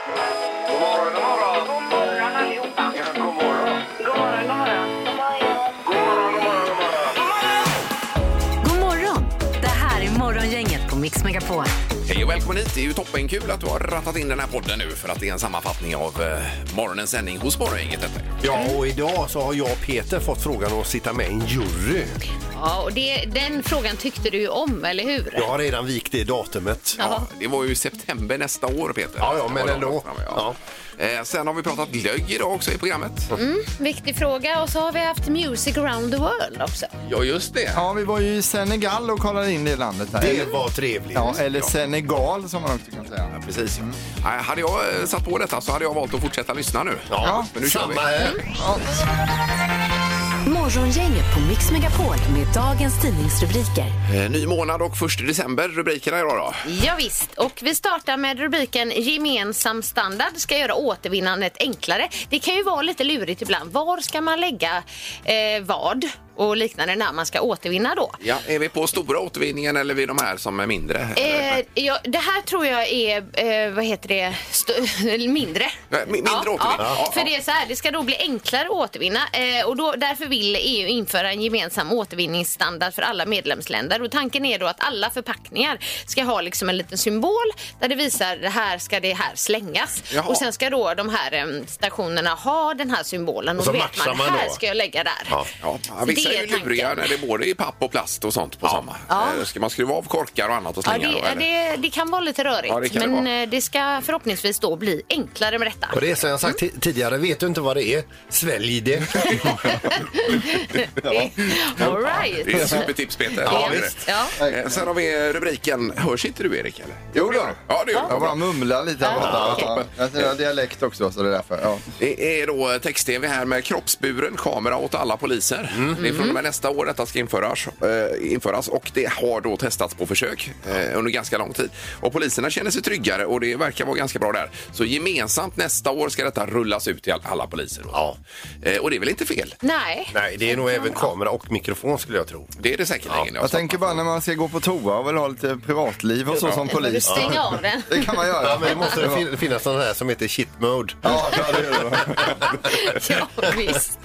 God morgon, god morgon. God morgon allihopa. Ja, god morgon. God morgon, god morgon. God morgon, god morgon, god morgon. God morgon! Det här är Morgongänget på Mix Megapol. Hej och välkommen hit. Det är ju toppenkul att du har rattat in den här podden nu för att det är en sammanfattning av morgonens sändning hos Morgongänget. Ja, och idag så har jag och Peter fått frågan att sitta med i en jury. Ja, och den frågan tyckte du ju om, eller hur? Jag har redan vikt det datumet. Ja, det var ju september nästa år, Peter. Ja, men Ja, ändå. Ja. Sen har vi pratat glögg idag också i programmet. Viktig fråga. Och så har vi haft Music around the world också. Ja, just det. Ja, vi var ju i Senegal och kollade in det landet där. Det var trevligt. Ja, eller Senegal som man också kan säga. Ja, precis. Hade jag satt på detta så hade jag valt att fortsätta lyssna nu. Ja, men nu kör vi. samma här. Morgongänget på Mix Megapol med dagens tidningsrubriker. Ny månad och 1 december, rubrikerna idag då. Ja, visst. Och vi startar med rubriken gemensam standard ska göra återvinnandet enklare. Det kan ju vara lite lurigt ibland. Var ska man lägga vad och liknande när man ska återvinna då? Ja, är vi på stora återvinningen eller vid de här som är mindre? Ja, det här tror jag är, mindre. Mindre återvinning? Ja. För det är så här, det ska då bli enklare att återvinna och då, därför vill EU införa en gemensam återvinningsstandard för alla medlemsländer. Och tanken är då att alla förpackningar ska ha liksom en liten symbol där det visar det här ska det här slängas. Jaha. Och sen ska då de här stationerna ha den här symbolen och så då vet man, matchar man här då. ska jag lägga där. Ja, vissa Det är är ju luriga tanken. när det är både i papp och plast och sånt på samma. Ja. Ska man skruva av korkar och annat och Ja, slänga då? Eller? det kan vara lite rörigt, Ja, det kan det men vara. det ska förhoppningsvis då bli enklare med detta. Och det är som jag sagt tidigare, vet du inte vad det är? Svälj det. All right. Det är ett supertips, Peter. Ja, Det är det. visst. Ja. Sen har vi rubriken, hörs inte du Erik? Eller? Jo då. Ja, det gör Jag du. bara mumlar lite här borta. toppen. Jag har dialekt också, så det är därför. Ja. Det är då text-tv här med kroppsburen kamera åt alla poliser. Det är från och med nästa år detta ska införas och det har då testats på försök under ganska lång tid. Och poliserna känner sig tryggare och det verkar vara ganska bra där. Så gemensamt nästa år ska detta rullas ut till alla poliser. Ja. Och det är väl inte fel? Nej. Nej, det är nog även kamera och mikrofon skulle jag tro. Det är det säkerligen. Jag tänker bara när man ska gå på toa och vill ha lite privatliv och så som Får du polis. stänga av den? Det kan man göra. Ja, men det måste finnas någon här som heter shit mode. Ja, det gör det. Ja, visst.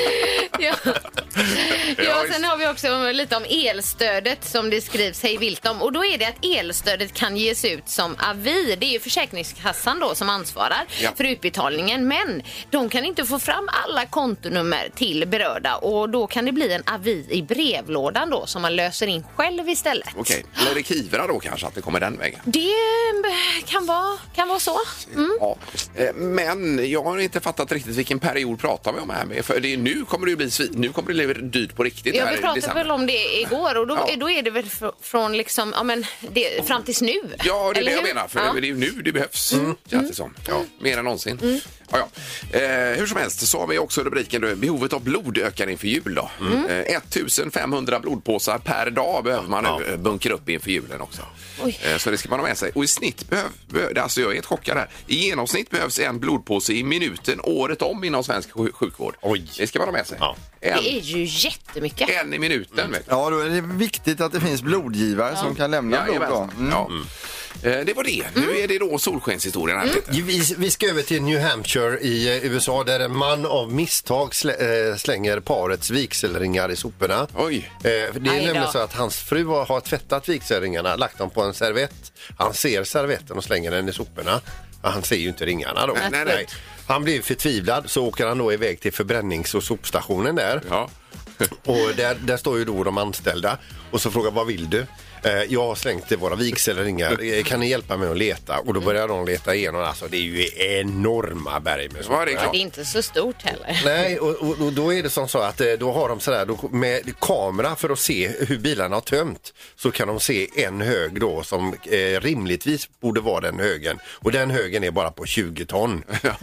Ja, sen har vi också lite om elstödet som det skrivs hej vilt om. Och då är det att elstödet kan ges ut som avi. Det är ju Försäkringskassan då som ansvarar för utbetalningen. Men de kan inte få fram alla kontonummer till berörda. Och då kan det bli en avi i brevlådan då som man löser in själv istället. Okej, eller kiverna då kanske att det kommer den vägen. Det kan vara så. Ja. Men jag har inte fattat riktigt vilken period pratar vi om här med. För det är, nu kommer det bli dyrt på riktigt. Ja, här vi i pratade december. väl om det igår och då är det väl från liksom, fram tills nu. Ja, det är eller det jag hur? menar. För Ja. det är ju nu det behövs. Känns det som. Ja, mer än någonsin. Ja. Hur som helst så har vi också rubriken då, behovet av blod ökar inför jul då. 1500 blodpåsar per dag behöver man nu bunkra upp inför julen också. Så det ska man ha med sig. Och i snitt alltså jag är helt chockad här. I genomsnitt behövs en blodpåse i minuten året om inom svensk sjukvård. Oj. Det ska man ha med sig. Ja. Det är ju jättemycket. En i minuten. Vet du. Ja, då är det viktigt att det finns blodgivare som kan lämna blod då. Jajamän. Ja. Det var det. Nu är det då solskenshistorien här. Vi ska över till New Hampshire i USA där en man av misstag slänger parets vigselringar i soporna. Oj. Det är nämligen så att hans fru har tvättat vigselringarna, lagt dem på en servett. Han ser servetten och slänger den i soporna. Han ser ju inte ringarna då. Nej. Han blir förtvivlad, så åker han då iväg till förbrännings- och sopstationen där. Ja. Och där står ju då de anställda och så frågar vad vill du? Jag har slängt våra vigselringar. Kan ni hjälpa mig att leta? Och då börjar de leta igenom. Alltså, det är ju enorma berg med Ja, det är klart. Det är inte så stort heller. Nej, och då är det som så att då har de sådär med kamera för att se hur bilarna har tömt, så kan de se en hög då som rimligtvis borde vara den högen. Och den högen är bara på 20 ton.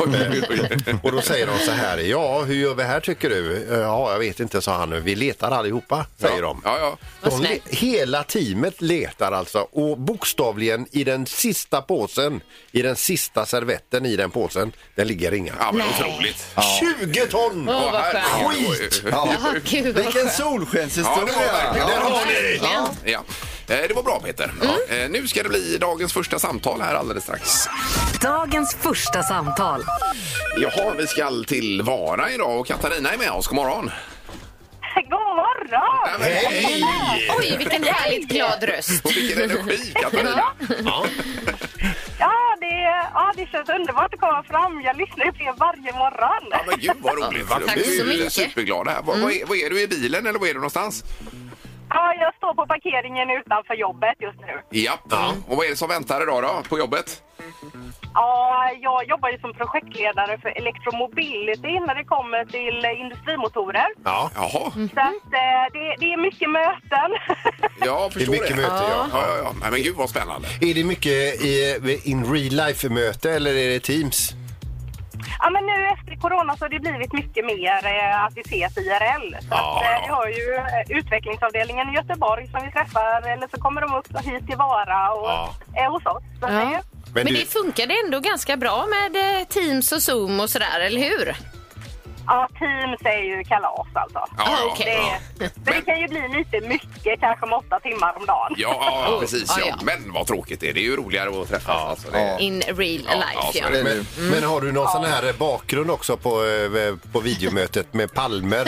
Och då säger de så här, ja, hur gör vi här tycker du? Ja, jag vet inte, sa han. Vi letar allihopa, säger de. Ja. Hela teamet letar alltså, och bokstavligen i den sista påsen, i den sista servetten i den påsen, där ligger ringar. Ja, men otroligt. 20 ton! Åh, vad skönt. Skit! Ja. Ja, gud, vad Vilken skönt. solskenshistoria. Ja, det var verkligen. Ja. Ja. Det var bra, Peter. Ja. Nu ska det bli dagens första samtal här alldeles strax. Dagens första samtal. Jaha, vi ska till Vara idag och Katarina är med oss. God morgon. God morgon! Hej! Oj, vilken härligt glad röst. Och vilken energi, Katarina. Det känns underbart att komma fram. Jag lyssnar ju på er varje morgon. Ja, men gud vad roligt. Tack Du så är mycket. superglad här. Vad är du i bilen eller var är du någonstans? Ja, jag står på parkeringen utanför jobbet just nu. Ja. Och vad är det som väntar idag då på jobbet? Ja, jag jobbar ju som projektledare för elektromobility när det kommer till industrimotorer. Ja. Jaha. Så att, det är mycket möten. Ja, Det är förstår mycket möte, ja. Ja. Nej, men gud vad spännande. Är det mycket in real life-möte eller är det Teams? Ja, men nu efter corona så har det blivit mycket mer att vi ses IRL. Så att, vi har ju utvecklingsavdelningen i Göteborg som vi träffar, eller så kommer de upp hit till Vara och är hos oss. Så Ja. Men det funkade ändå ganska bra med Teams och Zoom och sådär, eller hur? Ja, Teams är ju kalas alltså. Ja, okej. Det kan ju bli lite mycket, kanske om 8 timmar om dagen. Ja, precis. Ja, Ja. ja. Men vad tråkigt det är. Det är ju roligare att träffas. Alltså, det... In real life, så är det. Men har du någon sån här bakgrund också på videomötet med palmer?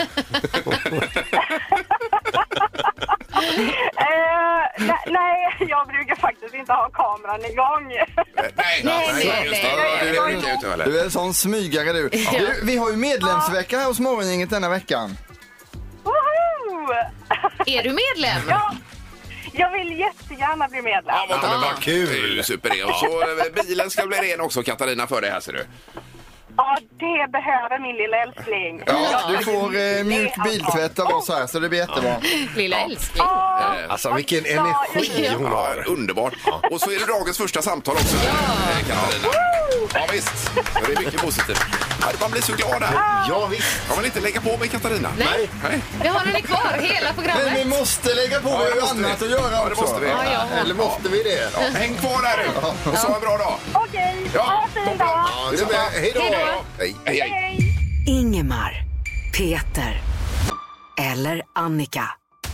Nej, jag brukar faktiskt inte ha kameran igång. Nej. Just det. Det är inte ut, eller? Du är en sån smygare du. Vi har ju medlemsvecka här hos Morgongänget denna veckan. Woho! Är du medlem? Ja, jag vill jättegärna bli medlem. Ja, vad kul. Det är ju super det. Och så bilen ska bli ren också, Katarina, för det här ser du. Ja, det behöver min lilla älskling. Ja, du får mjuk biltvätt av oss här så det blir jättebra. Lilla älskling. Alltså vilken energi hon Ja, har. underbart. Och så är det dagens första samtal också, Katarina. Ja, visst. Så det är mycket positivt. Ja, man blir så glad här. Ja, visst. Jag vill inte lägga på mig, Katarina. Nej. Vi har den kvar hela Men vi programmet. måste lägga på det måste annat vi. att göra Ja, det också. måste vi. Eller måste vi det? Ja, häng kvar där nu. Och så ha en bra dag. Okej, ha en fin dag. Ja, det är bra. Hej då. Hej, hej. Hej. Ingemar, Peter eller Annika.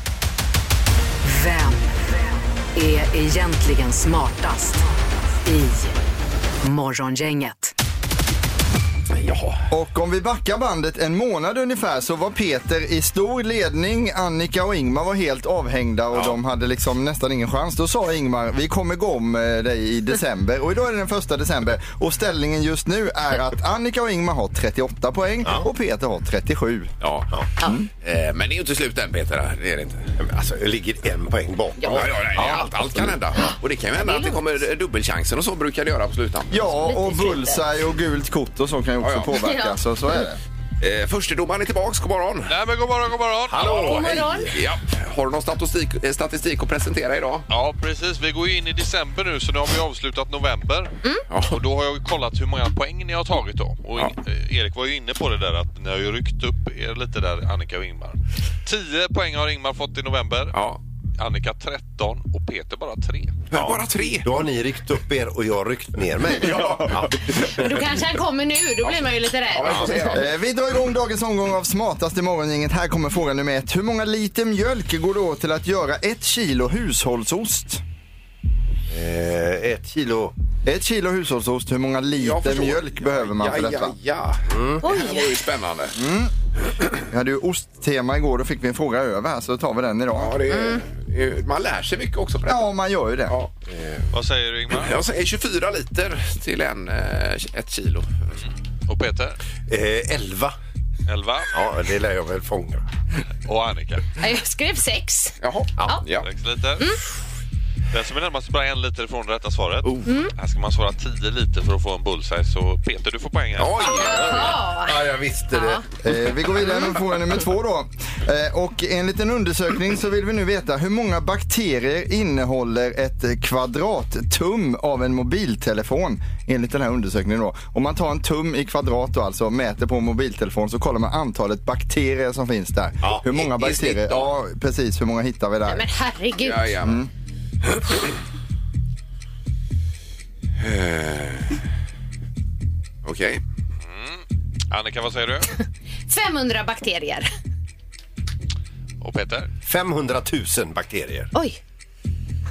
Vem är egentligen smartast i Morgongänget? Jaha. Och om vi backar bandet en månad ungefär så var Peter i stor ledning. Annika och Ingmar var helt avhängda och de hade liksom nästan ingen chans. Då sa Ingmar, vi kommer gå om dig i december. Och idag är det den 1 december. Och ställningen just nu är att Annika och Ingmar har 38 poäng och Peter har 37. Ja. Men det är ju inte slut än, Peter. Det är det inte. Alltså, jag ligger en poäng bak. Allt kan hända. Och det kan ju hända att det kommer dubbelchansen och så brukar det göra på sluttampen. Ja, och Lite i slutet. bullseye och gult kort och så kan ju också påverka. Ja. Så är det. Förstedomaren är tillbaks. God morgon. Nej, men god morgon. Hallå. God morgon. Ja. Har du någon statistik att presentera idag? Ja, precis. Vi går ju in i december nu, så nu har vi avslutat november. Och då har jag kollat hur många poäng ni har tagit då. Och Erik var ju inne på det där att ni har ju ryckt upp er lite där, Annika och Ingmar. 10 poäng har Ingmar fått i november. Ja. Annika 13 och Peter bara 3. Bara 3. Då har ni ryckt upp er och jag har ryckt ner mig. Då kanske han kommer nu, då blir man ju lite rädd. Vi drar igång dagens omgång av smartaste morgongänget. Här kommer fråga nummer 1. Hur många liter mjölk går det åt till att göra 1 kilo hushållsost? 1 kilo. 1 kilo hushållsost, hur många liter mjölk behöver man för detta? Ja. Det här var ju spännande. Vi hade ju osttema igår, då fick vi en fråga över här, så tar vi den idag. Ja, man lär sig mycket också på det. Ja, man gör ju det. Ja. Vad säger du, Ingmar? Jag säger 24 liter till 1 kilo. Och Peter? 11. 11. Ja, det lär jag väl fånga. Och Annika? Jag skrev 6. Jaha. Ja. 6 liter. Den som är närmast bara 1 liter ifrån rätta svaret. Här ska man svara 10 liter för att få en bullseye. Så Peter, du får poäng här. Oj! Ja, jag visste det. Vi går vidare med fråga nummer 2 då. Och enligt en undersökning så vill vi nu veta hur många bakterier innehåller ett kvadrattum av en mobiltelefon enligt den här undersökningen då. Om man tar en tum i kvadrat och alltså mäter på en mobiltelefon så kollar man antalet bakterier som finns där. Ja, hur många i bakterier? snitt då? Ja, precis. Hur många hittar vi där? Men herregud. Ja. Okej. Annika, vad säger du? 500 bakterier. Och Peter? 500 000 bakterier. Oj.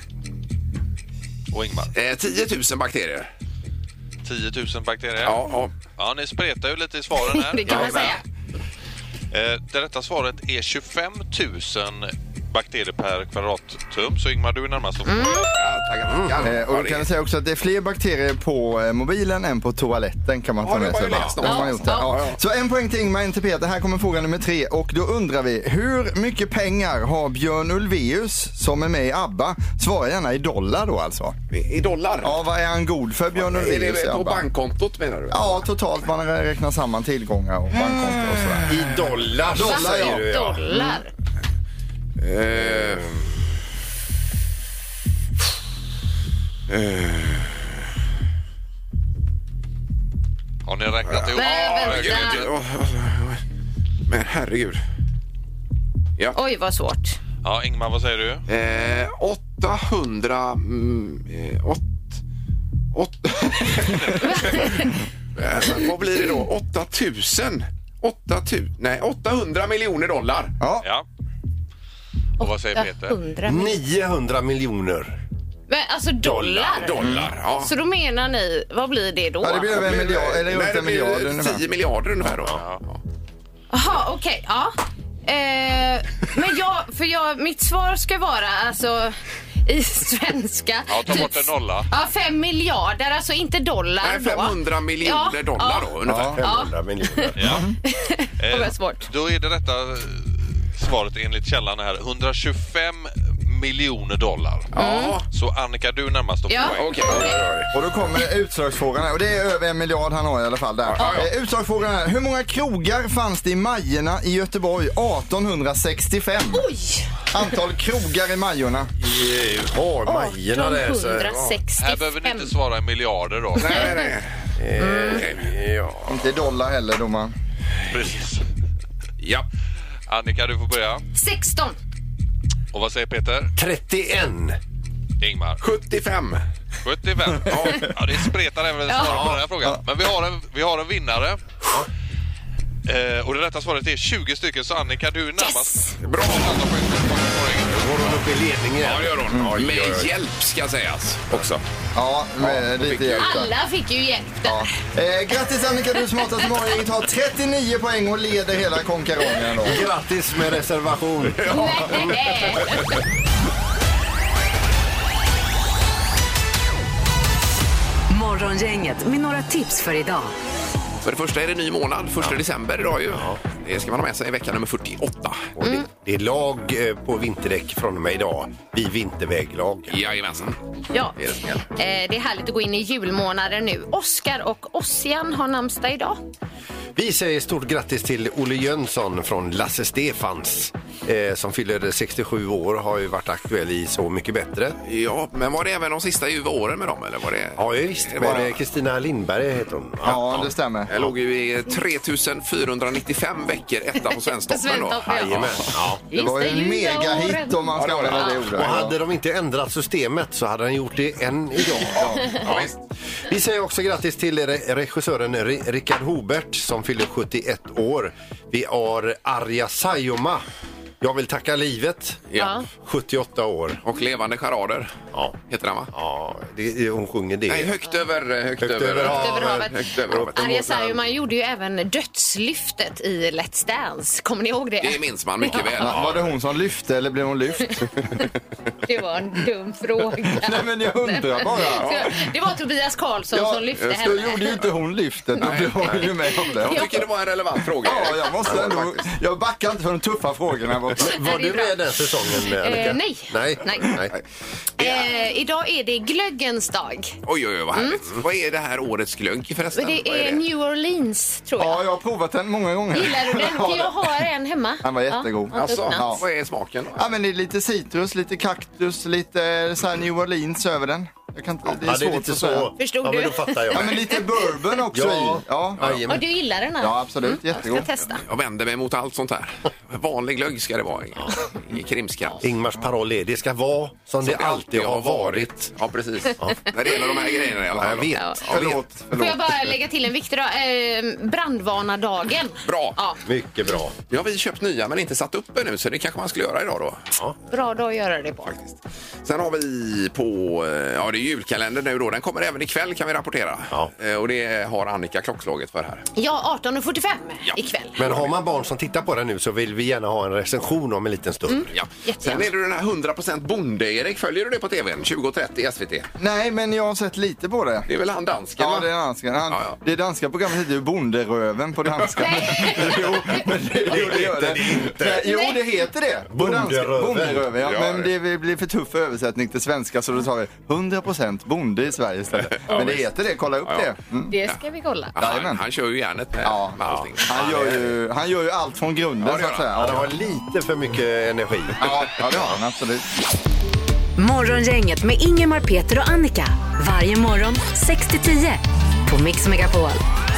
Och Ingmar? 10 000 bakterier. 10 000 bakterier? Ja. Ja, ni spretar ju lite i svaren här. Det kan man säga. Det rätta svaret är 25 000 bakterier per kvadrattum. Så Ingmar, du är närmast. Och då kan jag säga också att det är fler bakterier på mobilen än på toaletten kan man ta med sig. Så en poäng till Ingmar, en till Peter. Här kommer fråga nummer 3 och då undrar vi, hur mycket pengar har Björn Ulvaeus som är med i ABBA? Svara gärna i dollar då alltså. I dollar? Ja, vad är han god för Björn Ulvaeus? Är det på bankkontot menar du? Ja, totalt. Man räknar samman tillgångar och bankkonto och sådär. I dollar säger du, ja. Dollar. Har ni räknat ihop? Men herregud. Ja. Oj, vad svårt. Ja, Ingmar, vad säger du? 800... vad blir det då? 800 miljoner dollar. Ja. Och vad säger Peter? 900 miljoner. Men alltså dollar? Dollar, ja. Så då menar ni, vad blir det då? Ja, det blir över en miljard, eller runt en miljard ungefär. 10 miljarder ungefär då. Jaha, okej, ja. Men mitt svar ska vara alltså i svenska. Ja, ta bort en nolla. Ja, 5 miljarder, alltså inte dollar. Nej, 500 miljoner dollar då ungefär. 500 miljoner. Ja. Det var svårt. Då är det rätta svaret enligt källan här 125 miljoner dollar. Ja. Så Annika, du är närmast att få poäng. Okej. Och då kommer utslagsfrågan här. Och det är över 1 miljard han har i alla fall där. Utslagsfrågan här. Hur många krogar fanns det i Majorna i Göteborg 1865? Oj! Antal krogar i Majorna. Ja, Majorna där. 1865. Här behöver ni inte svara i miljarder då. Nej. Ja. Inte i dollar heller, domaren. Precis. Ja. Annika, du får börja. 16. Och vad säger Peter? 31. Ingmar? 75. 75. Ja, det spretar även svara på den här frågan. Men vi har en vinnare. Och det rätta svaret är 20 stycken. Så Annika, du är närmast. Bra. Går hon upp i ledningen? Ja, det gör hon. Med hjälp ska sägas också. Ja, med lite hjälp där. Alla fick ju hjälp där. Grattis Annika, du smartast som morgon har 39 poäng och leder hela konkurrensen då. Grattis med reservation. Nej. Morgongänget med några tips för idag. För det första är det ny månad, 1 december idag ju. Det ska man ha med sig i vecka nummer 48. Och det är lag på vinterdäck från och med idag. Vi vinterväglag. Jajamensan. Ja, Det är det som gäller. det är härligt att gå in i julmånaden nu. Oskar och Ossian har namnsdag idag. Vi säger stort grattis till Olle Jönsson från Lasse Stefans som fyller 67 år, har ju varit aktuell i Så mycket bättre. Ja, men var det även de sista ljuva åren med dem? Eller var det... Ja, visst. Men Kristina Lindberg heter hon. Ja, det stämmer. Jag låg ju i 3495 veckor etta på Svensktoppen då. Jajamän. Ja. Det var ju en megahit om man ska använda det ordet. Och hade de inte ändrat systemet så hade han gjort det än idag. Ja, visst. Vi säger också grattis till regissören Rickard Hobert som fyller 71 år. Vi har Arja Saijonmaa. Jag vill tacka livet. Ja. 78 år. Och levande charader. Ja. Heter den va? Ja, hon sjunger det. Nej, högt över Över havet. Högt över havet. Arja Saijonmaa gjorde ju även dödslyftet i Let's Dance. Kommer ni ihåg det? Det minns man mycket väl. Var det hon som lyfte eller blev hon lyft? Det var en dum fråga. Nej, men jag undrar bara. Det var Tobias Karlsson som lyfte så henne. gjorde ju inte hon lyftet. Då blev hon ju med om det. Jag tycker det var en relevant fråga. Ja, jag måste ändå. Jag backar inte för de tuffa frågorna. Var du med den säsongen, Annika? Nej. Idag är det glöggens dag. Oj, vad härligt. Vad är det här årets glögg förresten? Det är New Orleans, tror jag. Ja, jag har provat den många gånger. Gillar du den? Jag har en hemma. Den var jättegod. Ja, Alltså, Ja. vad är smaken då? Ja, men det är lite citrus, lite kaktus, lite så här New Orleans över den. Jag kan inte, det är Ja, det är svårt lite att säga. så. Förstod Ja, du? men då fattar jag. Ja, men lite bourbon också i. Ja. Och du gillar den här? Ja, absolut. Jag Jättegod. ska testa. Jag vänder mig mot allt sånt här. Vanlig glögg ska det vara i krimskrams. Ingmars paroll är det ska vara som det alltid har varit. Ja, precis. När det gäller de här grejerna i alla fall. Jag vet. Ja. Förlåt. Får jag bara lägga till en viktig dag? Brandvarnardagen. Bra. Ja, Mycket bra. Nu har vi köpt nya men inte satt upp ännu så det kanske man skulle göra idag då. bra dag att göra det på. Faktiskt. Sen har vi på, ja det är julkalender nu då. Den kommer även ikväll kan vi rapportera. Ja. Och det har Annika klockslaget för här. Ja, 18.45 ikväll. Men har man barn som tittar på det nu så vill vi gärna ha en recension om en liten stund. Ja. Jättegärna. Sen är det den här 100% bonde, Erik. Följer du det på tvn? 20.30 i SVT. Nej, men jag har sett lite på det. Det är väl han dansken, Ja, va? det är dansken. Ja. Det danska programmet heter ju Bonderöven på danska. Jo, men det gör det. Nej, jo, det heter det. På danska. Bonderöven, ja. Ja, Men det blir för tuff översättning till svenska så då tar vi 100% bonde i Sverige istället. Men det heter det, kolla upp det. Mm. Det ska vi kolla. Ja, han kör ju järnet med, med allting. Han gör ju allt från grunden Ja, det så att säga. Han har lite för mycket energi. Ja, det har han absolut. Morgongänget med Ingemar, Peter och Annika. Varje morgon 6-10 på Mix Megapol.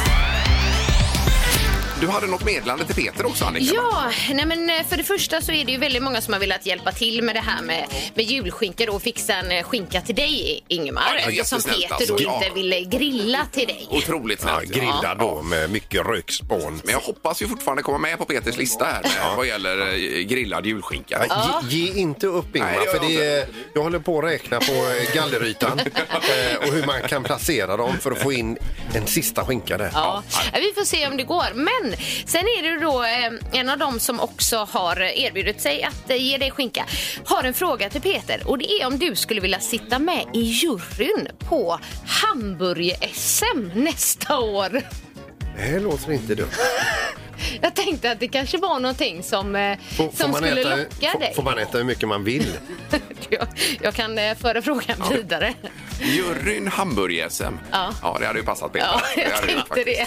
Du hade något meddelande till Peter också, Annika. Ja, nej men för det första så är det ju väldigt många som har velat hjälpa till med det här med julskinkor och fixa en skinka till dig, Ingemar. Ja, det är som jättesnällt, Peter alltså. då Ja. inte ville grilla till dig. Otroligt snällt. Grillad då med mycket rökspån. Men jag hoppas ju fortfarande komma med på Peters lista här vad gäller grillad julskinka. Ja, ge inte upp, Ingmar, Nej, det gör för jag håller på att räkna på gallerytan och hur man kan placera dem för att få in en sista skinka där. Ja, vi får se om det går. Men sen är det då en av dem som också har erbjudit sig att ge dig skinka. Har en fråga till Peter och det är om du skulle vilja sitta med i juryn på Hamburger-SM nästa år. Det låter inte dumt. Jag tänkte att det kanske var någonting som skulle locka dig. Får man äta hur mycket man vill? Jag kan föra frågan vidare. Juryn Hamburger-SM. Ja, det hade ju passat Peter. Ja, jag hade tänkte det.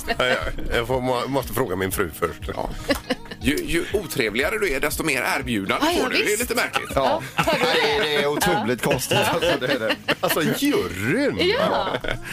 Jag måste fråga min fru först. Ja. Ju otrevligare du är, desto mer erbjudande Ja, får du. Det är visst. lite märkligt. Ja. Nej, det är otroligt konstigt. Alltså, det är det. Alltså juryn? Ja.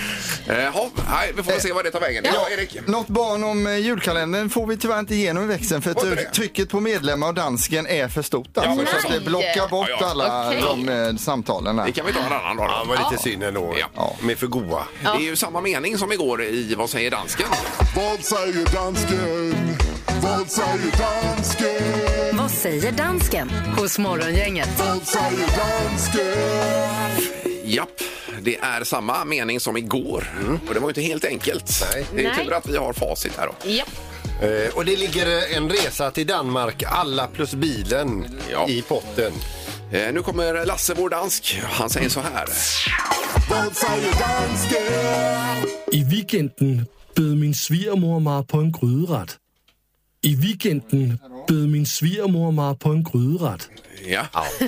Nej, vi får väl se vad det tar vägen. Ja, Erik. Något barn om julkalendern får vi tyvärr inte igenom i växeln för Varför det? Trycket på medlemmar och dansken är för stort. Alltså, men så att det blockar bort Ja, alla Okej. de samtalen där. Det kan vi ta en annan dag. Ja, det var lite synd ändå. Ja. De är för goa. Det är ju samma mening som igår i Vad säger dansken? Vad säger dansken? Vad säger dansken? Vad säger dansken hos Morgongänget? Vad säger dansken? Japp, det är samma mening som igår. Och det var ju inte helt enkelt. Nej. Det är Nej. tur att vi har facit här då. Ja. Och det ligger en resa till Danmark, alla plus bilen i potten. Nu kommer Lasse, vår dansk. Han säger så här. Vad säger dansken? I weekenden bød min svigermor mig på en gryderet. I weekenden bød min svigermor mig på en gryderet. Ja.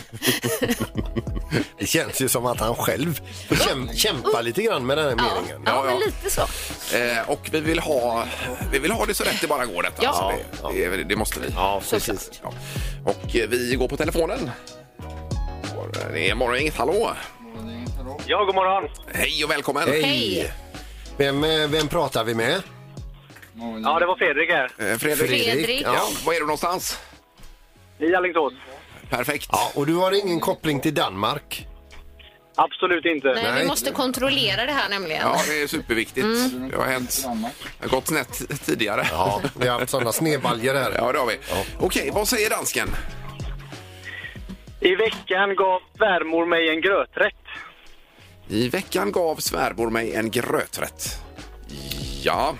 Det känns ju som att han själv får kämpa lite grann med den här meningen. Ja, men lite så. Och vi vill ha det så rätt det bara går detta. Ja. Alltså, det måste vi. Ja, precis. Ja. Och vi går på telefonen. Det är Morgongänget, hallå. Ja, god morgon. Hej och välkommen. Hej. Vem pratar vi med? Ja, det var Fredrik här. Fredrik. Ja. Var är du någonstans? I Alingsås. Perfekt. Ja, och du har ingen koppling till Danmark? Absolut inte. Nej, vi måste kontrollera det här nämligen. Ja, det är superviktigt. Det har hänt. Det har gått snett tidigare. Ja, vi har haft sådana snedbaljer här. Ja, det har vi. Okej, vad säger dansken? I veckan gav svärmor mig en gröträtt. I veckan gav svärmor mig en gröträtt. Ja.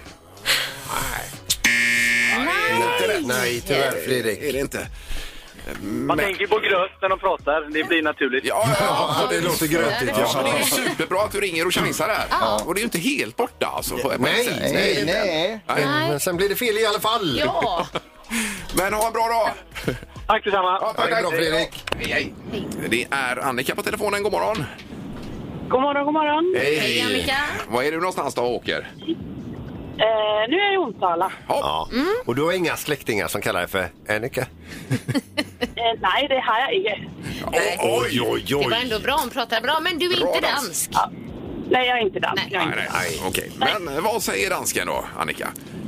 Nej, tyvärr Fredrik. Är det inte? Man tänker på gröt när de pratar. Det blir naturligt. Ja, det låter grötigt. Ja, men det är ju superbra att du ringer och chansar här. Och det är ju inte helt borta alltså. Nej. Men sen blir det fel i alla fall. Ja. Men ha en bra dag. Tack detsamma. Ja, Tack, bra Fredrik. Hej. Det är Annika på telefonen. God morgon. God morgon, god morgon. Hej Annika. Var är du någonstans då, Åker? Nu är jag i Onsala. Ja. Och du har inga släktingar som kallar dig för Annika? Nej, det har jag inte. Oj. Det var ändå bra, hon pratar bra, men du är Bra inte dans. dansk. Ja. Nej, jag är inte dansk. Nej. Nej. Okej. Men vad säger dansken då, Annika?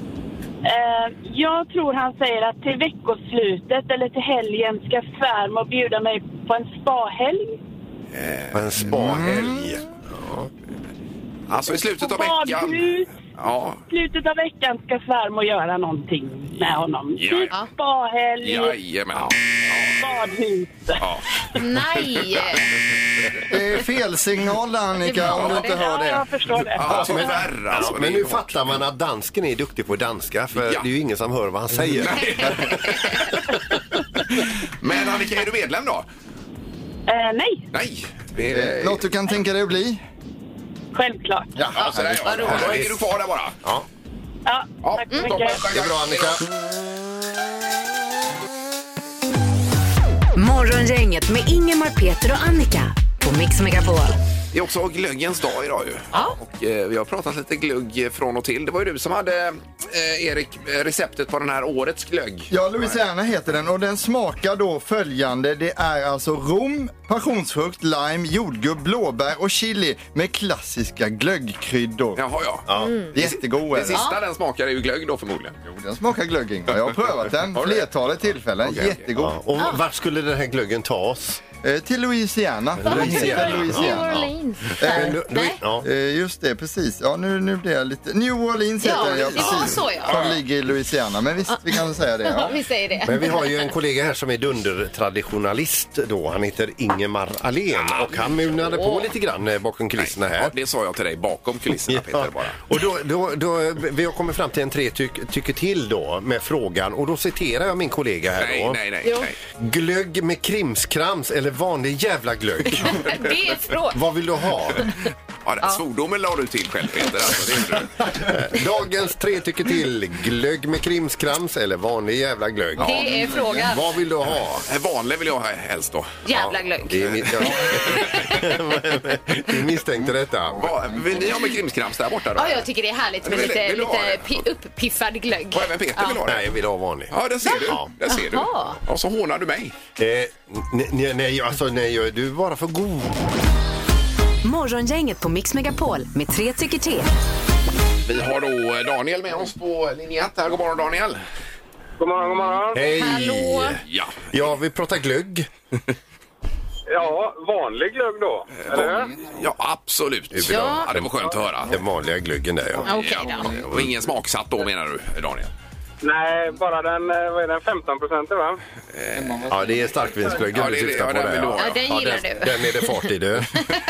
Jag tror han säger att till veckoslutet eller till helgen ska svärmor bjuda mig på en spahelg. En spahelg. Alltså i slutet av veckan. Badhus. Ja. Slutet av veckan ska svärmor göra någonting med honom. Ja. Typ spahelg. Jajamän. Ja. badhus. Ja. Nej! Det är fel signal där, Annika, om du inte hör Ja, det. jag förstår det. Ja, tyvärr alltså. Men Det är nu ju fattar man att dansken är duktig på danska, för Ja. det är ju ingen som hör vad han säger. Men Annika, är du medlem då? Nej, Nej. Det är... Något du kan tänka dig att bli? självklart. Ja, sådär, ja. Då hänger du kvar där bara. Ja, Ja, Ja, tack så toppen. mycket. det är bra, Annika. Morgongänget med Ingemar, Peter och Annika på Mix Megapol. Det är också glöggens dag idag ju. Ja. Och vi har pratat lite glögg från och till. Det var ju du som hade, Erik, receptet på den här årets glögg. Ja, Louisiana heter den och den smakar då följande. Det är alltså rom, passionsfrukt, lime, jordgubb, blåbär och chili med klassiska glöggkryddor. Jaha, ja. Jättegod är Det den. sista den smakar är ju glögg då förmodligen. Jo, den smakar glögg, Ingvar. Jag har prövat den Har du det? flertalet tillfällen. Okej. Jättegod. Ja, och vart skulle den här glöggen ta oss? Till Louisiana. Den heter New Louisiana. Orleans. Nej. Ja. Just det, precis. Ja, nu blir jag lite... New Orleans Ja, heter den, det var precis. så, ja. Som ligger i Louisiana. Men visst, vi kan säga det. Ja, Ja. vi säger det. Men vi har ju en kollega här som är dundertraditionalist då. Han heter Ingemar Ahlén och han mulnade på lite grann bakom kulisserna Ja, här. det sa jag till dig bakom kulisserna, Peter, bara. Och då, vi har kommit fram till en tycker till då med frågan, och då citerar jag min kollega här då. Nej. Glögg med krimskrams eller vanlig jävla glögg? Det är frågan. Vad vill du ha? Ja, den svordomen la du till själv, Peter. Alltså, det gjorde du. Dagens 3 tycker till. Glögg med krimskrams eller vanlig jävla glögg? Det är frågan. Vad vill du ha? Vanlig vill jag ha helst då. Jävla glögg. Det är du misstänkte detta. Vill ni ha med krimskrams där borta då? Ja, jag tycker det är härligt med Vill du ha lite uppiffad glögg. Och även Peter vill ha det? Nej, jag vill ha vanlig. Ja, det ser du. Ja. Det ser du. Jaha. Och så hånar du mig. Nej, du är bara för god. Morgongänget på Mix Megapol med 3 tycker till. Vi har då Daniel med oss på linje 1 här. God morgon, Daniel. God morgon, god morgon. Hej! Hallå. Ja. Ja, vi pratar glögg. Ja, vanlig glögg då, eller? Ja, absolut. Ja. Ja, det var skönt att höra. Den vanliga glöggen där, ja. Okej då. Och ingen smaksatt då, menar du, Daniel? Nej, bara den, vad är den, 15% va? Ja, det är starkvinsglöggen Ja, det du är det. syftar Ja, på den där. vill du ha. Ja, den gillar du. Den är det fart i, du.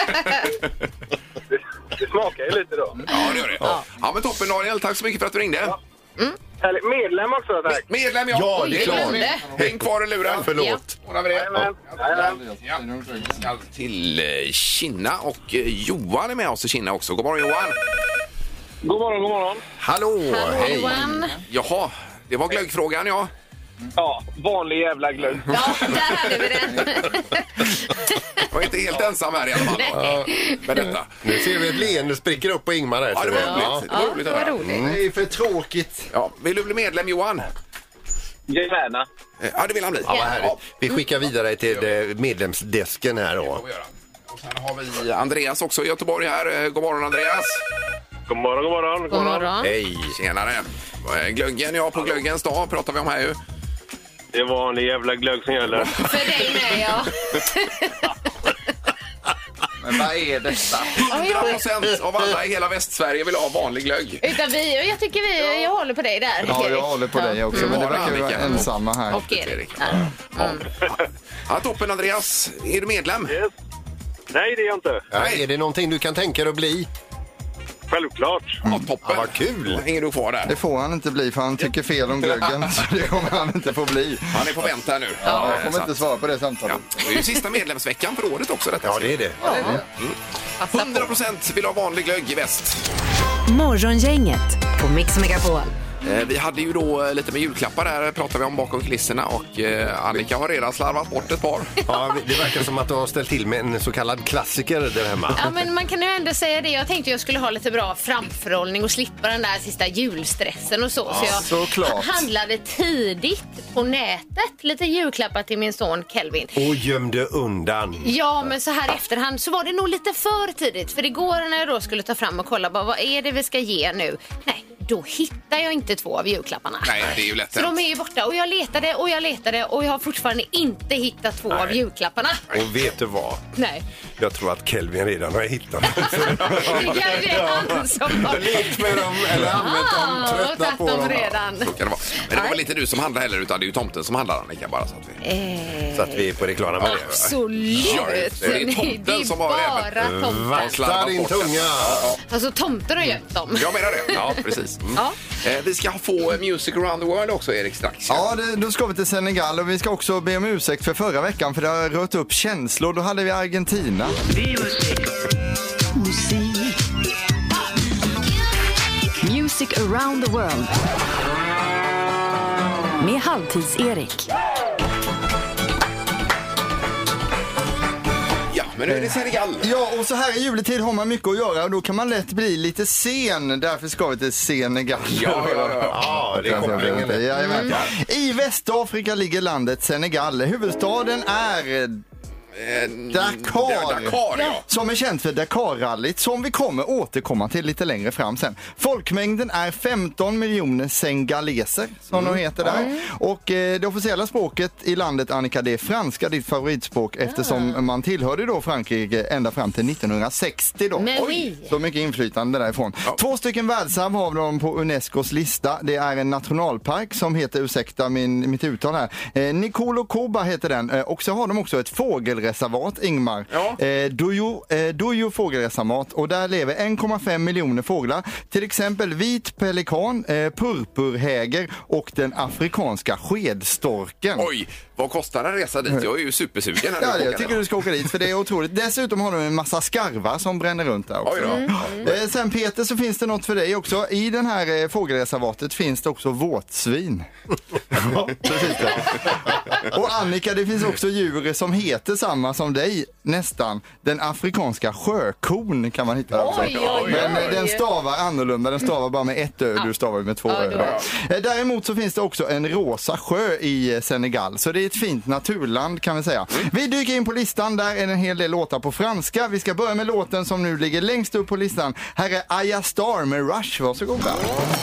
Det smakar ju lite då. Ja, det gör det. Ja, men toppen, Daniel. Tack så mycket för att du ringde. Härligt. Medlem också, tack. Medlem, Ja, det är Oj, klart. glömde. Häng kvar i luren. Förlåt. Ordnar vi det. Jajamän. Ska till Kinna och Johan är med oss i Kinna också. God morgon, Johan. God morgon, god morgon. Hallå, Hallå, hej. Johan. Jaha, det var glöggfrågan, ja. Ja, vanlig jävla glögg. Ja, där hade vi den. Jag var inte helt ensam här i alla fall. Med detta. Nu ser vi ett leende spricker upp på Ingmar här. Ja, det var roligt. Det var roligt att vad höra. roligt. Det är för tråkigt. Ja, vill du bli medlem, Johan? Gärna. Ja, det vill han bli. Ja, vad härligt. Vi skickar vidare till medlemsdesken här då. får vi göra. Och sen har vi Andreas också i Göteborg här. God morgon, Andreas. God morgon, god morgon. God morgon. Hej. Tjenare. Glöggen, ja, på glöggens dag pratar vi om här ju. Det är vanlig jävla glögg som gäller. För dig med, ja. Men vad är detta? 100% av alla i hela Västsverige vill ha vanlig glögg. Utan jag tycker jag håller på dig där. Ja, Erik. jag håller på dig också. Men det verkar ju vara Annika. ensamma här. Och Erik. Ja, toppen, Andreas. Är du medlem? Yes. Nej, det är jag inte. Ja, är det någonting du kan tänka dig att bli? Självklart. Ja, toppen. Ja, vad kul. Då hänger du kvar där. Det får han inte bli för han tycker fel om glöggen. Så det kommer han inte få bli. Han är på vänt här nu. Jag Så kommer att- inte svara på det Ja, samtalet. det är ju sista medlemsveckan för året också detta. Ja, det är det. 100% vill ha vanlig glögg i väst. Morgongänget på Mix Megapol. Vi hade ju då lite med julklappar där, pratade vi om bakom kulisserna, och Annika har redan slarvat bort ett par. Ja, det verkar som att du har ställt till med en så kallad klassiker där hemma. Ja, men man kan ju ändå säga det. Jag tänkte jag skulle ha lite bra framförhållning och slippa den där sista julstressen och så. Så jag såklart. handlade tidigt på nätet lite julklappar till min son Kelvin. Och gömde undan. Ja, men så här i efterhand så var det nog lite för tidigt. För igår när jag då skulle ta fram och kolla bara, vad är det vi ska ge nu? Nej, då hittar jag inte 2 av julklapparna. Nej, det är ju lätt. Så de är ju borta och jag letade och jag har fortfarande inte hittat 2 av julklapparna. Och vet du vad? Nej. Jag tror att Kelvin redan har hittat dem. Det är han som har lekt med dem eller använt dem, tröttnat på dem. Redan. Så kan det vara. Men det var väl inte du som handlar heller, utan det är ju tomten som handlar, Annika, bara så att vi... Så att vi är på det klara med det. Absolut. Ja, det är tomten som har bara tomten. Vakta din tunga. Alltså tomten har gömt dem. Jag menar det. Ja, precis. Ja. Vi ska få Music around the world också, Erik, strax. Ja, då ska vi till Senegal och vi ska också be om ursäkt för förra veckan för det har rört upp känslor. Då hade vi Argentina. Music around the world. Med Halvtids-Erik. Ja, men nu är det Senegal. Ja, och så här i juletid har man mycket att göra och då kan man lätt bli lite sen. Därför ska vi till Senegal. Ja, det är kopplingen. Jajamän. I Västafrika ligger landet Senegal. Huvudstaden är... Dakar, som är känt för Dakar-rallyt som vi kommer återkomma till lite längre fram sen. Folkmängden är 15 miljoner sengaleser som de heter där. Och det officiella språket i landet, Annika, det är franska, ditt favoritspråk, eftersom man tillhörde då Frankrike ända fram till 1960 då. Så mycket inflytande därifrån. 2 stycken världsarv har de på Unescos lista. Det är en nationalpark som heter, ursäkta mitt uttal här, Nicolo Koba heter den. Och så har de också ett fågelreservat, Ingmar. Dojo fågelreservat, och där lever 1,5 miljoner fåglar. Till exempel vit pelikan, purpurhäger och den afrikanska skedstorken. Oj, vad kostar en resa dit? Jag är ju supersugen. Ja, jag tycker du ska åka dit för det är otroligt. Dessutom har de en massa skarvar som bränner runt där också. Sen Peter, så finns det något för dig också. I den här fågelreservatet finns det också våtsvin. Ja, precis det. Och Annika, det finns också djur som heter samma som dig, nästan. Den afrikanska sjökon kan man hitta också. Men den stavar annorlunda, den stavar bara med 1 ö, du stavar med 2 ö. Däremot så finns det också en rosa sjö i Senegal, så det är ett fint naturland kan vi säga. Vi dyker in på listan, där är en hel del låtar på franska. Vi ska börja med låten som nu ligger längst upp på listan. Här är Aya Star med Rush, varsågoda.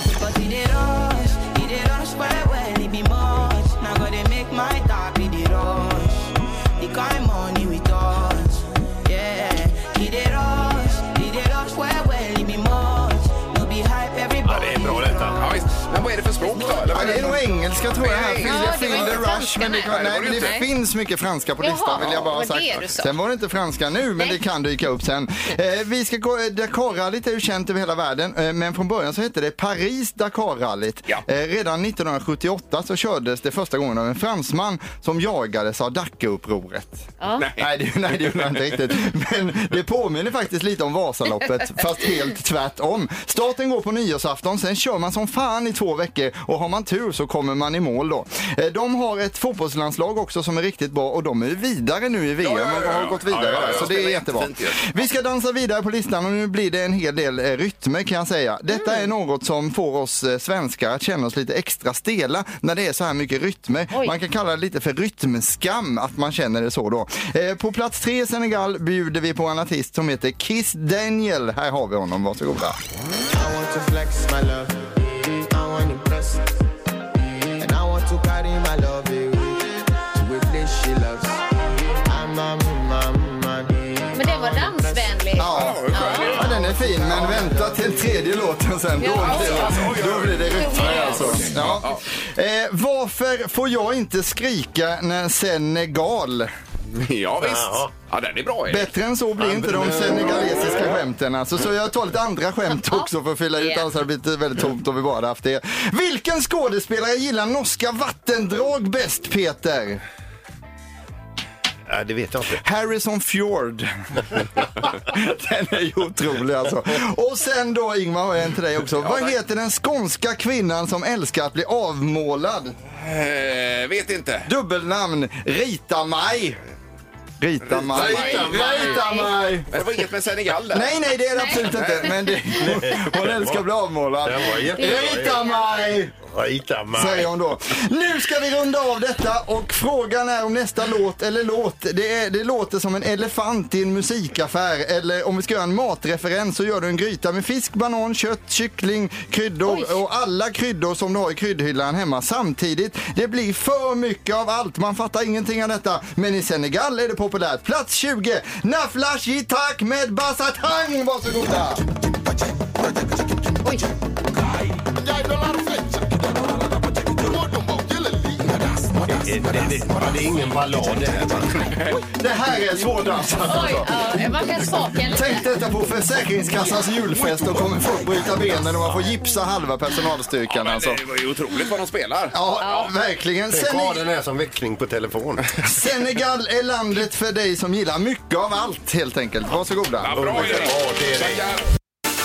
Men vad är det för språk då? Ja, det är nog engelska tror jag här. Feel the rush, men det finns mycket franska på listan, vill jag bara säga. Sen var det inte franska nu, men det kan dyka upp sen. Vi ska gå, Dakar-rallyt är ju känt över hela världen, men från början så hette det Paris Dakar-rallyt. Redan 1978 så kördes det första gången av en fransman som jagades av Dackeupproret. Nej, det gjorde inte riktigt. Men det påminner faktiskt lite om Vasaloppet, fast helt tvärtom. Starten går på nyårsafton, sen kör man som fan i 2 veckor och har man tur så kommer man i mål då. De har ett fotbollslandslag också som är riktigt bra och de är vidare nu i VM och har gått vidare där, så det är jättebra. Vi ska dansa vidare på listan och nu blir det en hel del rytmer kan jag säga. Detta är något som får oss svenskar att känna oss lite extra stela när det är så här mycket rytmer. Man kan kalla det lite för rytmskam att man känner det så då. På plats 3 i Senegal bjuder vi på en artist som heter Kiss Daniel. Här har vi honom, varsågoda. I want to flex my love. I want to impress. And I want to carry my love away to a place she loves. Men det var dansvänligt. Ja, den är fin, men vänta till 3:e låten sen. Då blir det rytmer alltså. Ja. Varför får jag inte skrika när Senegal? Ja visst. Ja, den är bra. Bättre än så blir inte de senegalesiska skämten alltså. Så jag tar lite andra skämt också för att fylla ut, alltså det blir väldigt tomt om vi bara haft det. Vilken skådespelare gillar norska vattendrag bäst, Peter? Det vet jag inte. Harrison Fjord. Den är ju otrolig alltså. Och sen då, Ingmar, har jag en till dig också. Vad heter den skånska kvinnan som älskar att bli avmålad? Vet inte. Dubbelnamn, Rita Maj. Rita mig. Men det var inget med Senegal där. Nej, det är det absolut inte. Men hon älskar att bli avmålad. Rita mig, säger hon då. Nu ska vi runda av detta och frågan är om nästa låt eller låt. Det låter som en elefant i en musikaffär. Eller om vi ska göra en matreferens så gör du en gryta med fisk, banan, kött, kyckling, kryddor och alla kryddor som du har i kryddhyllan hemma samtidigt. Det blir för mycket av allt. Man fattar ingenting av detta. Men i Senegal är det populärt. Plats 20. Naflash Yitak med Bassatang. Varsågoda. Oj. Det är ingen ballad det här. Det här är svårdansat. Tänk detta på Försäkringskassans julfest och kommer folk bryta benen och man får gipsa halva personalstyrkan. Ja, alltså. Det var ju otroligt vad de spelar. Ja, verkligen. Den är som väckning på telefon. Senegal är landet för dig som gillar mycket av allt helt enkelt. Varsågoda. Ja, bra det.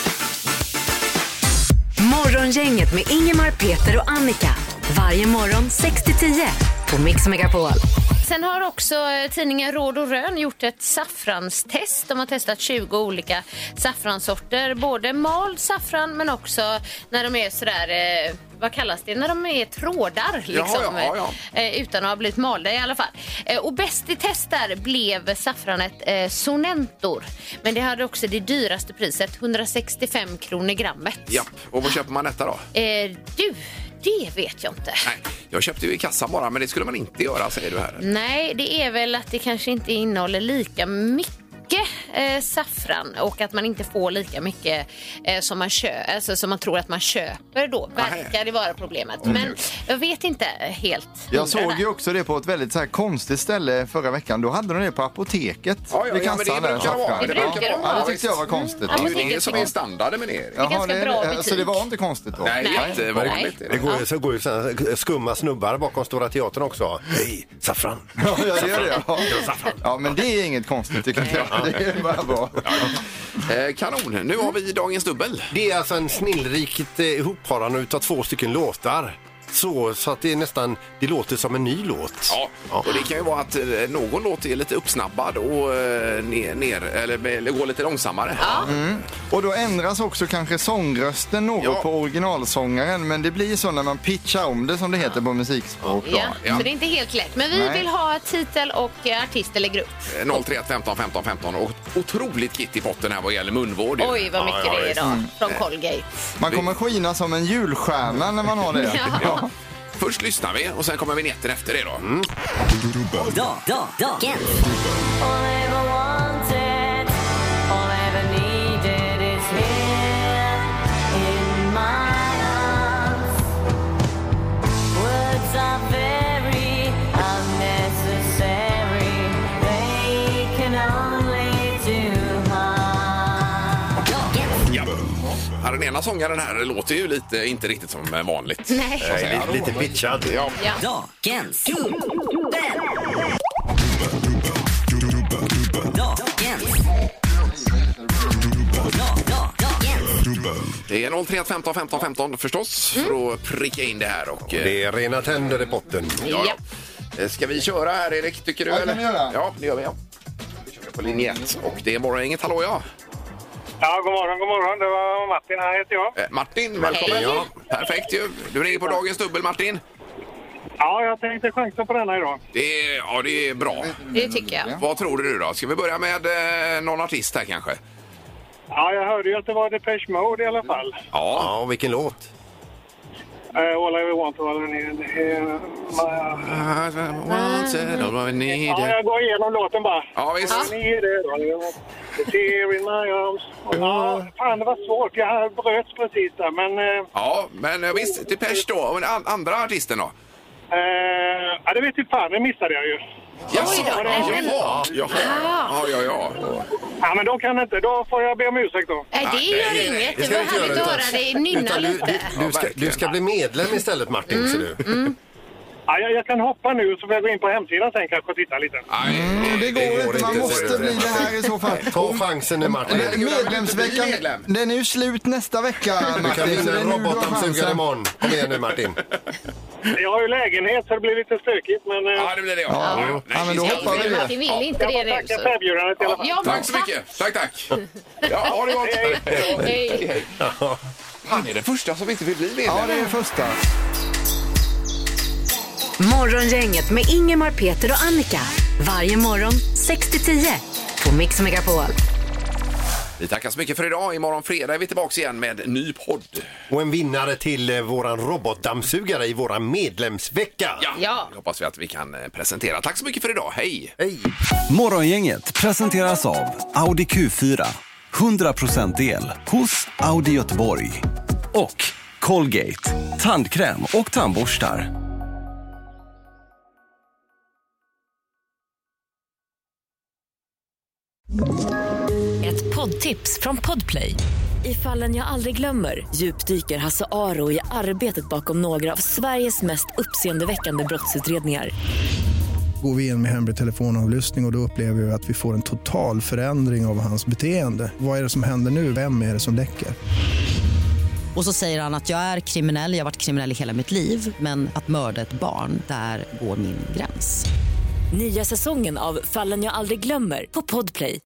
Morgongänget med Ingemar, Peter och Annika. Varje morgon 6-10 på Mix Megapol. Sen har också tidningen Råd och Rön gjort ett saffranstest. De har testat 20 olika saffransorter. Både mald saffran men också när de är sådär, vad kallas det? När de är trådar liksom. Utan att ha blivit malda i alla fall. Och bäst i test där blev saffranet Sonentor. Men det hade också det dyraste priset, 165 kronor grammet. Ja, och vad köper man detta då? Det vet jag inte. Nej, jag köpte ju i kassan bara, men det skulle man inte göra, säger du här. Nej, det är väl att det kanske inte innehåller lika mycket saffran och att man inte får lika mycket som man alltså, som man tror att man köper då. Verkar det vara problemet. Men jag vet inte helt. Jag såg ju också det på ett väldigt så här konstigt ställe förra veckan. Då hade de det på apoteket. Ja, men det brukar vara. Det tyckte jag var konstigt. Det är ju det som är standarden med det. Det är ganska bra butik. Så det var inte konstigt då? Nej, jättevanligt. Det går ju sådana skumma snubbar bakom Stora Teatern också. Hej, saffran. Ja, det gör det. Ja, men det är inget konstigt tycker jag. Det är bara bra. Kanon, nu har vi dagens dubbel. Det är alltså en snillrikt ihopparande utav 2 stycken låtar. Så att det är nästan, det låter som en ny låt. Ja, och det kan ju vara att någon låt är lite uppsnabbad och ner eller går lite långsammare. Ja. Och då ändras också kanske sångrösten något på originalsångaren, men det blir så när man pitchar om det som det heter på musikspråk. Så det är inte helt lätt. Men vi vill ha titel och artist eller grupp. 031 15 15 15 och otroligt kit i potten här vad gäller munvård. Oj, vad mycket det är idag från Colgate. Man kommer skina som en julstjärna när man har det. Ja. Först lyssnar vi och sen kommer vi ner efter det då. Den ena sångaren här låter ju lite inte riktigt som vanligt. Nej. Lite pitchad. Ja. Dagens Det är 031 15 15 15 förstås för att pricka in det här. Och, det är rena tänder i potten. Ja. Ska vi köra här, Erik, tycker du? Ja, det kan vi göra. Ja, det gör vi. Vi kör på linje 1 och det är Morgongänget. Hallå, ja. Ja, god morgon. Det var Martin här heter jag. Martin, välkommen. Ja, perfekt ju. Du ringer på dagens dubbel, Martin. Ja, jag tänkte chansa på denna idag. Det är bra. Det tycker jag. Vad tror du då? Ska vi börja med någon artist här kanske? Ja, jag hörde ju att det var Depeche Mode i alla fall. Ja, och vilken låt? All I want to Ja, jag går igenom låten bara. Ja, visst. Tear in my arms. Ja, fan, det var svårt. Jag bröts precis där, men... Ja, men visst, Depeche då. Och den andra artisten då? Ja, det vet ju fan. Det missade jag ju. Ja, men då kan inte. Då får jag be om ursäkt då. Nej, det gör inget. Det var härligt att höra dig nynna lite. Du ska bli medlem istället, Martin, ser du. Ja, jag kan hoppa nu så får jag gå in på hemsidan sen kanske och titta lite. Det går inte, man måste bli det här i så fall. Ta chansen nu, Martin. Medlemsveckan, den är ju slut nästa vecka, Martin. Du kan vinna en robotdammsugare imorgon. Kom igen nu, Martin. Jag har ju lägenhet så det blir lite stökigt. Men, Ja, det blir det. Ja, men då hoppar vi det. Vi vill inte det nu. Tacka för erbjudandet i alla fall. Ja, Tack så mycket. Tack. Ja, ha det gott. Hej. Han är den första som inte vill bli medlem. Ja, det är det första. Morgongänget med Ingemar, Peter och Annika. Varje morgon 6-10 på Mix Megapol. Vi tackar så mycket för idag. Imorgon fredag är vi tillbaka igen med ny podd. Och en vinnare till våran robotdammsugare i våran medlemsvecka. Ja. Det hoppas vi att vi kan presentera. Tack så mycket för idag. Hej! Morgongänget presenteras av Audi Q4. 100% el hos Audi Göteborg. Och Colgate. Tandkräm och tandborstar. Ett poddtips från Podplay. I Fallen jag aldrig glömmer djupdyker Hasse Aro i arbetet bakom några av Sveriges mest uppseendeväckande brottsutredningar. Går vi in med hemlig telefonavlyssning och då upplever vi att vi får en total förändring av hans beteende. Vad är det som händer nu? Vem är det som läcker? Och så säger han att jag är kriminell, jag har varit kriminell i hela mitt liv. Men att mörda ett barn, där går min gräns. Nya säsongen av Fallen jag aldrig glömmer på Podplay.